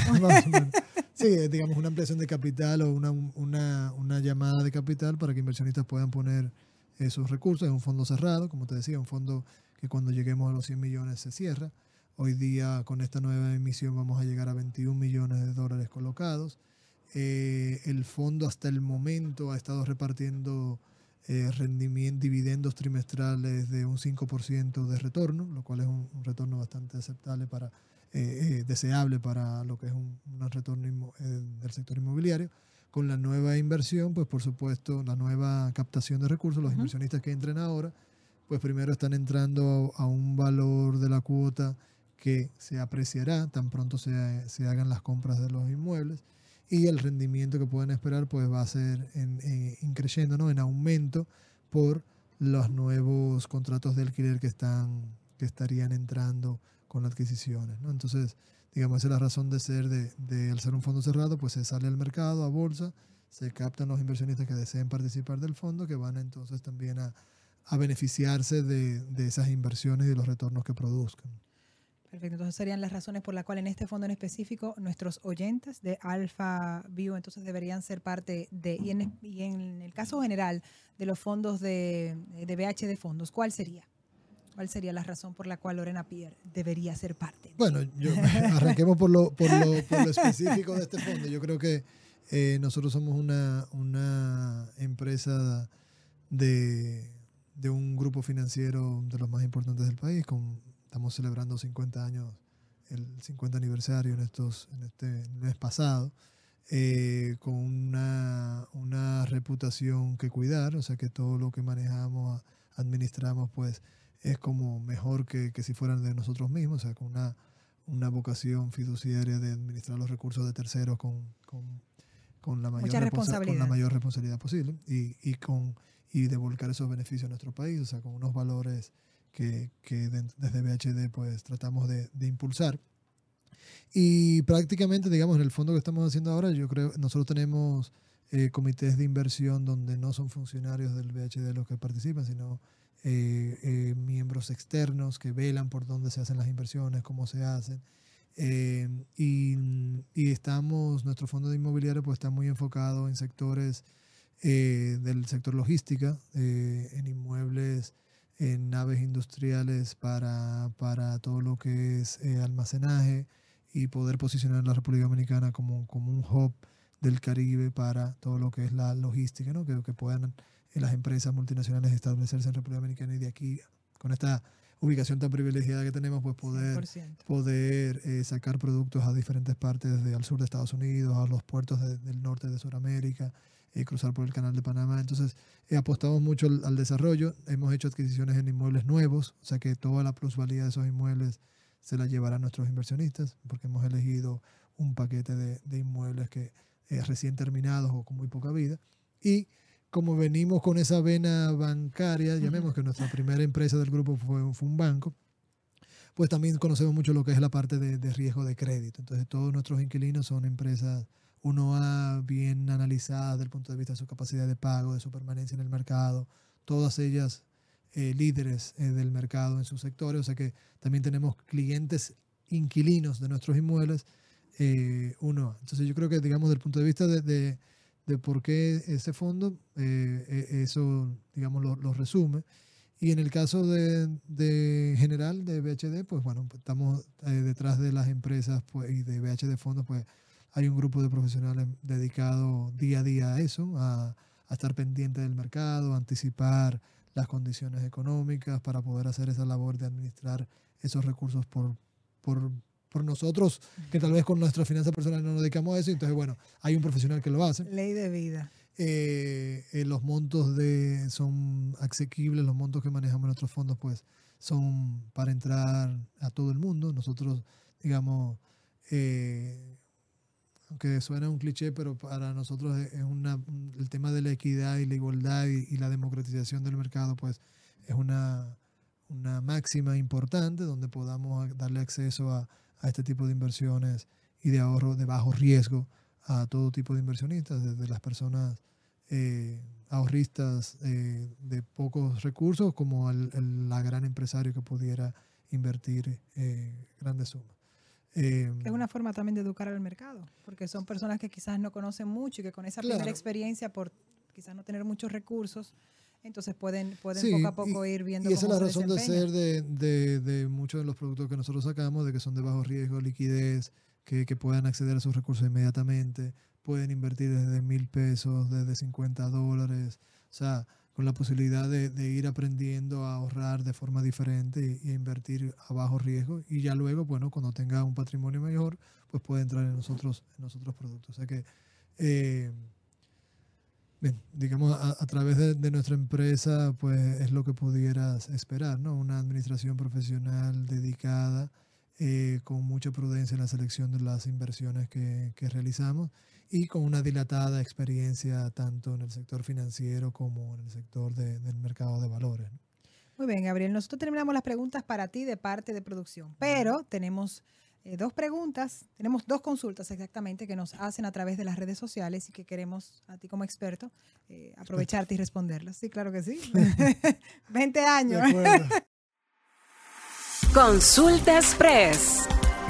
Sí, digamos, una ampliación de capital o una llamada de capital para que inversionistas puedan poner sus recursos. Es un fondo cerrado, como te decía, un fondo que cuando lleguemos a los 100 millones se cierra. Hoy día, con esta nueva emisión, vamos a llegar a $21 millones colocados. El fondo hasta el momento ha estado repartiendo dividendos trimestrales de un 5% de retorno, lo cual es un retorno bastante aceptable deseable para lo que es un retorno del sector inmobiliario. Con la nueva inversión, pues por supuesto, la nueva captación de recursos, los inversionistas que entren ahora, pues primero están entrando a un valor de la cuota que se apreciará tan pronto se hagan las compras de los inmuebles, y el rendimiento que pueden esperar pues va a ser increciendo, ¿no? En aumento por los nuevos contratos de alquiler que estarían entrando con las adquisiciones, ¿no? Entonces, digamos, esa es la razón de ser al ser un fondo cerrado, pues se sale al mercado, a bolsa, se captan los inversionistas que deseen participar del fondo, que van entonces también a beneficiarse de esas inversiones y de los retornos que produzcan. Perfecto, entonces serían las razones por las cuales en este fondo en específico nuestros oyentes de Alpha View entonces deberían ser parte de, y en el caso general de los fondos de VHD Fondos, ¿cuál sería? ¿Cuál sería la razón por la cual Lorena Pierre debería ser parte? Bueno, arranquemos por lo específico de este fondo. Yo creo que nosotros somos una empresa de un grupo financiero de los más importantes del país. Estamos celebrando 50 años, el 50 aniversario en este mes pasado, con una reputación que cuidar, o sea que todo lo que manejamos, administramos, pues es como mejor que si fueran de nosotros mismos, o sea, con una vocación fiduciaria de administrar los recursos de terceros con la mayor responsabilidad posible y de volcar esos beneficios a nuestro país, o sea, con unos valores que desde VHD pues tratamos de impulsar. Y prácticamente, digamos, en el fondo que estamos haciendo ahora, yo creo nosotros tenemos comités de inversión donde no son funcionarios del VHD los que participan, sino miembros externos que velan por dónde se hacen las inversiones, cómo se hacen. Y nuestro fondo de inmobiliario pues está muy enfocado en sectores del sector logística, en inmuebles, en naves industriales para todo lo que es almacenaje, y poder posicionar a la República Dominicana como un hub del Caribe para todo lo que es la logística, ¿no? Que puedan las empresas multinacionales establecerse en República Dominicana, y de aquí, con esta ubicación tan privilegiada que tenemos, pues poder sacar productos a diferentes partes, desde al sur de Estados Unidos, a los puertos del norte de Sudamérica, cruzar por el Canal de Panamá. Entonces, apostamos mucho al desarrollo. Hemos hecho adquisiciones en inmuebles nuevos, o sea que toda la plusvalía de esos inmuebles se la llevarán nuestros inversionistas, porque hemos elegido un paquete de inmuebles que recién terminados o con muy poca vida. Y como venimos con esa vena bancaria, llamemos que nuestra primera empresa del grupo fue un banco, pues también conocemos mucho lo que es la parte de riesgo de crédito. Entonces, todos nuestros inquilinos son empresas 1A bien analizadas desde el punto de vista de su capacidad de pago, de su permanencia en el mercado, todas ellas líderes del mercado en sus sectores. O sea que también tenemos clientes inquilinos de nuestros inmuebles 1A. Entonces, yo creo que, digamos, desde el punto de vista de por qué ese fondo, eso, digamos, lo resume. Y en el caso de general de BHD, pues bueno, pues estamos detrás de las empresas pues, y de BHD Fondos, pues hay un grupo de profesionales dedicado día a día a eso, a estar pendiente del mercado, a anticipar las condiciones económicas para poder hacer esa labor de administrar esos recursos por nosotros, que tal vez con nuestra finanza personal no nos dedicamos a eso. Entonces, bueno, hay un profesional que lo hace. Ley de vida. Los montos son asequibles, los montos que manejamos en nuestros fondos pues son para entrar a todo el mundo. Nosotros, digamos, aunque suena un cliché, pero para nosotros es el tema de la equidad y la igualdad y la democratización del mercado pues es una máxima importante donde podamos darle acceso a este tipo de inversiones y de ahorro de bajo riesgo a todo tipo de inversionistas, desde las personas ahorristas de pocos recursos como la gran empresario que pudiera invertir grandes sumas. Es una forma también de educar al mercado, porque son personas que quizás no conocen mucho y que con esa primera experiencia, por quizás no tener muchos recursos, entonces pueden sí, poco a poco ir viendo cómo se desempeña. Y esa es la razón de ser de muchos de los productos que nosotros sacamos, de que son de bajo riesgo, liquidez, que puedan acceder a sus recursos inmediatamente, pueden invertir desde $1,000, desde $50, o sea, con la posibilidad de ir aprendiendo a ahorrar de forma diferente y a invertir a bajo riesgo. Y ya luego, bueno, cuando tenga un patrimonio mejor, pues puede entrar en nosotros productos. O sea que, bien, digamos, a través de nuestra empresa, pues es lo que pudieras esperar, ¿no? Una administración profesional dedicada, con mucha prudencia en la selección de las inversiones que realizamos y con una dilatada experiencia tanto en el sector financiero como en el sector del mercado de valores, ¿no? Muy bien, Gabriel. Nosotros terminamos las preguntas para ti de parte de producción, pero tenemos dos preguntas, tenemos dos consultas exactamente que nos hacen a través de las redes sociales y que queremos a ti como experto aprovecharte y responderlas. Sí, claro que sí. 20 años. De acuerdo. Consulta Express.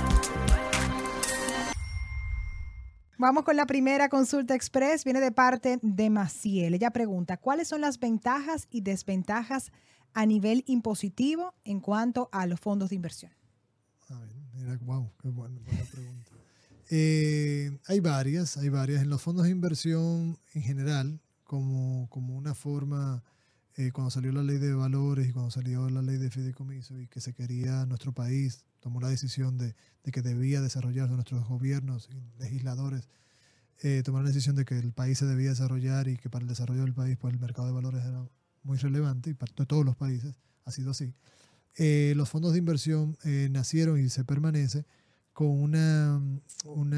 Vamos con la primera consulta express. Viene de parte de Maciel. Ella pregunta, ¿cuáles son las ventajas y desventajas a nivel impositivo en cuanto a los fondos de inversión? A ver, mira, wow, qué buena pregunta. Hay varias. En los fondos de inversión en general, como una forma, cuando salió la ley de valores y cuando salió la ley de fideicomiso y que se quería, nuestro país tomó la decisión de que debía desarrollarse, nuestros gobiernos y legisladores tomaron la decisión de que el país se debía desarrollar y que para el desarrollo del país pues el mercado de valores era muy relevante y para todos los países ha sido así. Los fondos de inversión nacieron y se permanece con un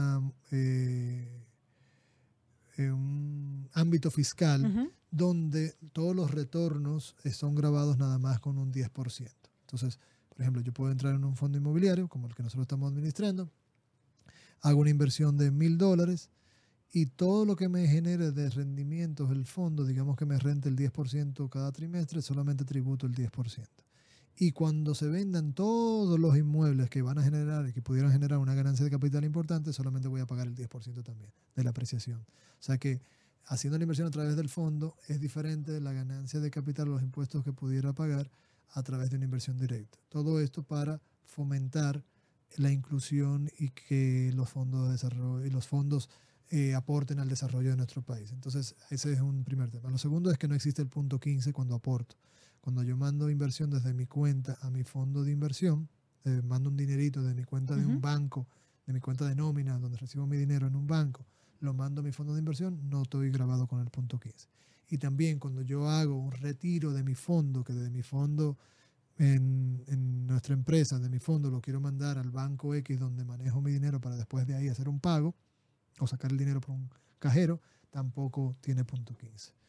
ámbito fiscal donde todos los retornos son grabados nada más con un 10%. Entonces, por ejemplo, yo puedo entrar en un fondo inmobiliario como el que nosotros estamos administrando, hago una inversión de $1,000 y todo lo que me genere de rendimientos el fondo, digamos que me rente el 10% cada trimestre, solamente tributo el 10%. Y cuando se vendan todos los inmuebles que van a generar y que pudieran generar una ganancia de capital importante, solamente voy a pagar el 10% también de la apreciación. O sea que haciendo la inversión a través del fondo es diferente de la ganancia de capital o los impuestos que pudiera pagar a través de una inversión directa. Todo esto para fomentar la inclusión y que los fondos de desarrollo y los fondos aporten al desarrollo de nuestro país. Entonces, ese es un primer tema. Lo segundo es que no existe el punto 15 cuando aporto. Cuando yo mando inversión desde mi cuenta a mi fondo de inversión, mando un dinerito de mi cuenta de un banco, de mi cuenta de nómina, donde recibo mi dinero en un banco, lo mando a mi fondo de inversión, no estoy grabado con el punto 15. Y también cuando yo hago un retiro de mi fondo, que desde mi fondo en nuestra empresa, de mi fondo, lo quiero mandar al banco X donde manejo mi dinero para después de ahí hacer un pago o sacar el dinero por un cajero, tampoco tiene punto 15.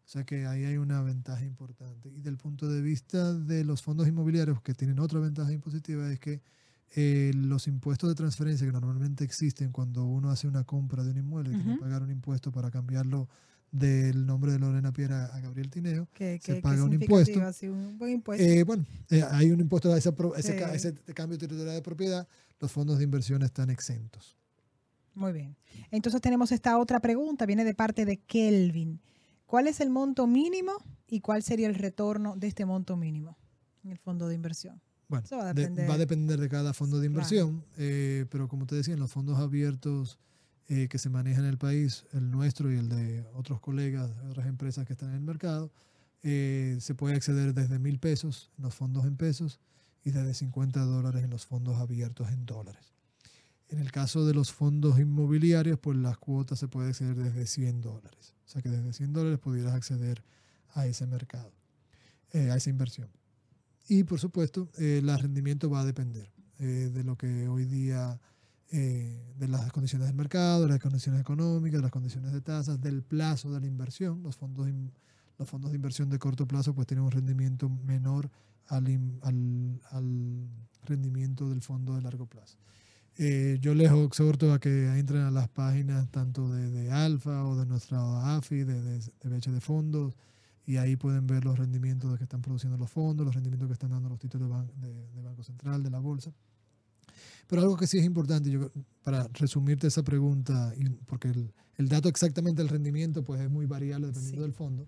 O sea que ahí hay una ventaja importante. Y del punto de vista de los fondos inmobiliarios, que tienen otra ventaja impositiva, es que los impuestos de transferencia que normalmente existen cuando uno hace una compra de un inmueble y tiene que pagar un impuesto para cambiarlo del nombre de Lorena Piera a Gabriel Tineo, se paga un impuesto. Así, un buen impuesto. Hay un impuesto a ese cambio territorial de propiedad. Los fondos de inversión están exentos. Muy bien. Entonces tenemos esta otra pregunta, viene de parte de Kelvin. ¿Cuál es el monto mínimo y cuál sería el retorno de este monto mínimo en el fondo de inversión? Bueno, va a depender de cada fondo de inversión, claro. Pero como te decía, en los fondos abiertos que se manejan en el país, el nuestro y el de otros colegas, otras empresas que están en el mercado, se puede acceder desde $1,000 en los fondos en pesos y desde $50 en los fondos abiertos en dólares. En el caso de los fondos inmobiliarios, pues las cuotas se puede acceder desde $100. O sea que desde $100 pudieras acceder a ese mercado, a esa inversión. Y por supuesto, el rendimiento va a depender de lo que hoy día, de las condiciones del mercado, de las condiciones económicas, de las condiciones de tasas, del plazo de la inversión. Los fondos de inversión de corto plazo pues tienen un rendimiento menor al rendimiento del fondo de largo plazo. Yo les exhorto a que entren a las páginas tanto de Alfa o de nuestra AFI, de BH de Fondos, y ahí pueden ver los rendimientos que están produciendo los fondos, los rendimientos que están dando los títulos de Banco Central, de la bolsa. Pero algo que sí es importante, para resumirte esa pregunta, porque el dato exactamente del rendimiento pues es muy variable dependiendo del fondo,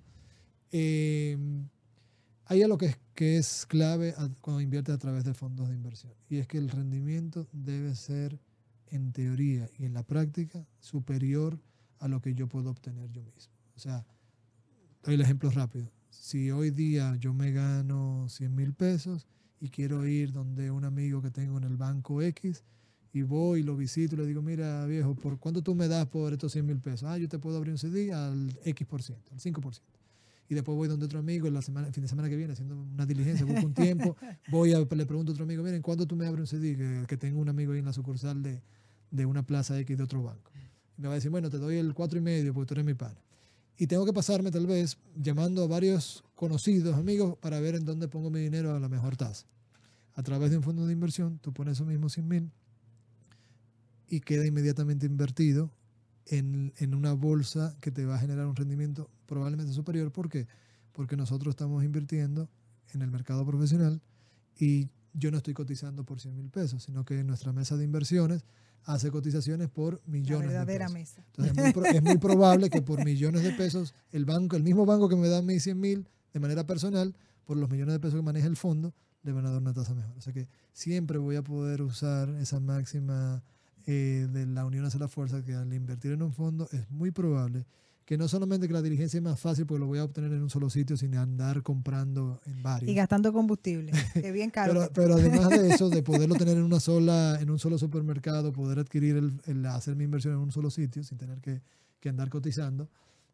hay algo que es clave cuando inviertes a través de fondos de inversión, y es que el rendimiento debe ser, en teoría y en la práctica, superior a lo que yo puedo obtener yo mismo. O sea, doy el ejemplo rápido. Si hoy día yo me gano $100,000 y quiero ir donde un amigo que tengo en el banco X y voy y lo visito y le digo, mira viejo, ¿por cuánto tú me das por estos $100,000? Yo te puedo abrir un CD al X%, al 5%. Y después voy donde otro amigo el fin de semana que viene haciendo una diligencia, busco un tiempo, le pregunto a otro amigo, miren, ¿cuánto tú me abres un CD? Que tengo un amigo ahí en la sucursal de una plaza X de otro banco. Y me va a decir, bueno, te doy el 4,5 porque tú eres mi pana. Y tengo que pasarme tal vez llamando a varios conocidos, amigos, para ver en dónde pongo mi dinero a la mejor tasa. A través de un fondo de inversión, tú pones esos mismos 100,000 y queda inmediatamente invertido en una bolsa que te va a generar un rendimiento probablemente superior. ¿Por qué? Porque nosotros estamos invirtiendo en el mercado profesional y yo no estoy cotizando por $100,000, sino que nuestra mesa de inversiones hace cotizaciones por millones de pesos. La verdadera mesa. Entonces es muy probable que por millones de pesos el mismo banco que me da mis 100,000 de manera personal, por los millones de pesos que maneja el fondo, le van a dar una tasa mejor. O sea que siempre voy a poder usar esa máxima de la unión hace la fuerza, que al invertir en un fondo es muy probable que no solamente que la diligencia es más fácil porque lo voy a obtener en un solo sitio sin andar comprando en varios. Y gastando combustible, que bien caro. pero además de eso, de poderlo tener en un solo supermercado, poder adquirir hacer mi inversión en un solo sitio sin tener que andar cotizando,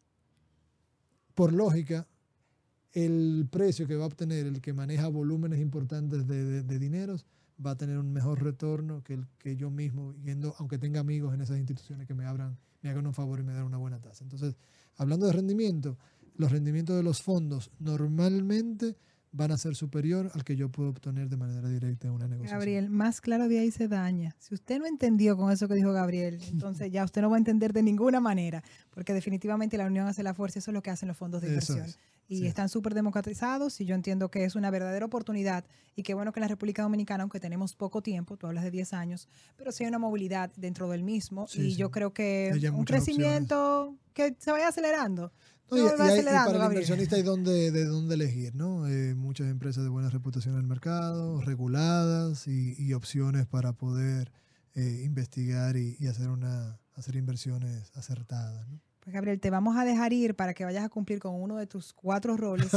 por lógica, el precio que va a obtener el que maneja volúmenes importantes de dineros va a tener un mejor retorno que el que yo mismo, aunque tenga amigos en esas instituciones que me hagan un favor y me den una buena tasa. Entonces, hablando de rendimiento, los rendimientos de los fondos normalmente van a ser superior al que yo puedo obtener de manera directa en una negociación. Gabriel, más claro de ahí se daña. Si usted no entendió con eso que dijo Gabriel, entonces ya usted no va a entender de ninguna manera, porque definitivamente la unión hace la fuerza, eso es lo que hacen los fondos de inversión. Y están súper democratizados y yo entiendo que es una verdadera oportunidad y qué bueno que en la República Dominicana, aunque tenemos poco tiempo, tú hablas de 10 años, pero sí hay una movilidad dentro del mismo yo creo que un crecimiento opciones que se vaya acelerando. No, y para el inversionista hay de dónde elegir, ¿no? Muchas empresas de buena reputación en el mercado, reguladas y opciones para poder investigar y hacer inversiones acertadas, ¿no? Pues Gabriel, te vamos a dejar ir para que vayas a cumplir con uno de tus 4 roles,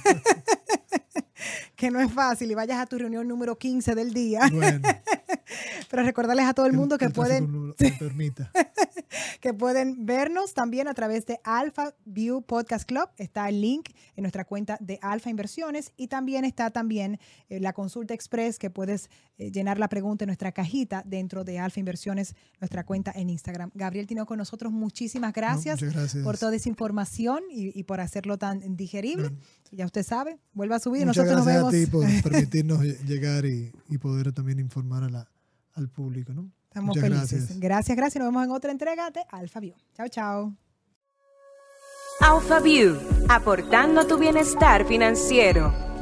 que no es fácil, y vayas a tu reunión número 15 del día. Bueno. Pero recordarles a todo el mundo que pueden... Me permita. que pueden vernos también a través de Alpha View Podcast Club. Está el link en nuestra cuenta de Alfa Inversiones y también está la consulta express que puedes llenar la pregunta en nuestra cajita dentro de Alfa Inversiones, nuestra cuenta en Instagram. Gabriel Tinoco con nosotros, muchísimas gracias, por toda esa información y por hacerlo tan digerible. Ya usted sabe, vuelva a subir y nosotros nos vemos. Muchas gracias a ti por permitirnos llegar y poder también informar al público, ¿no? Estamos felices. Gracias. Nos vemos en otra entrega de Alpha View. Chao. Alpha View, aportando tu bienestar financiero.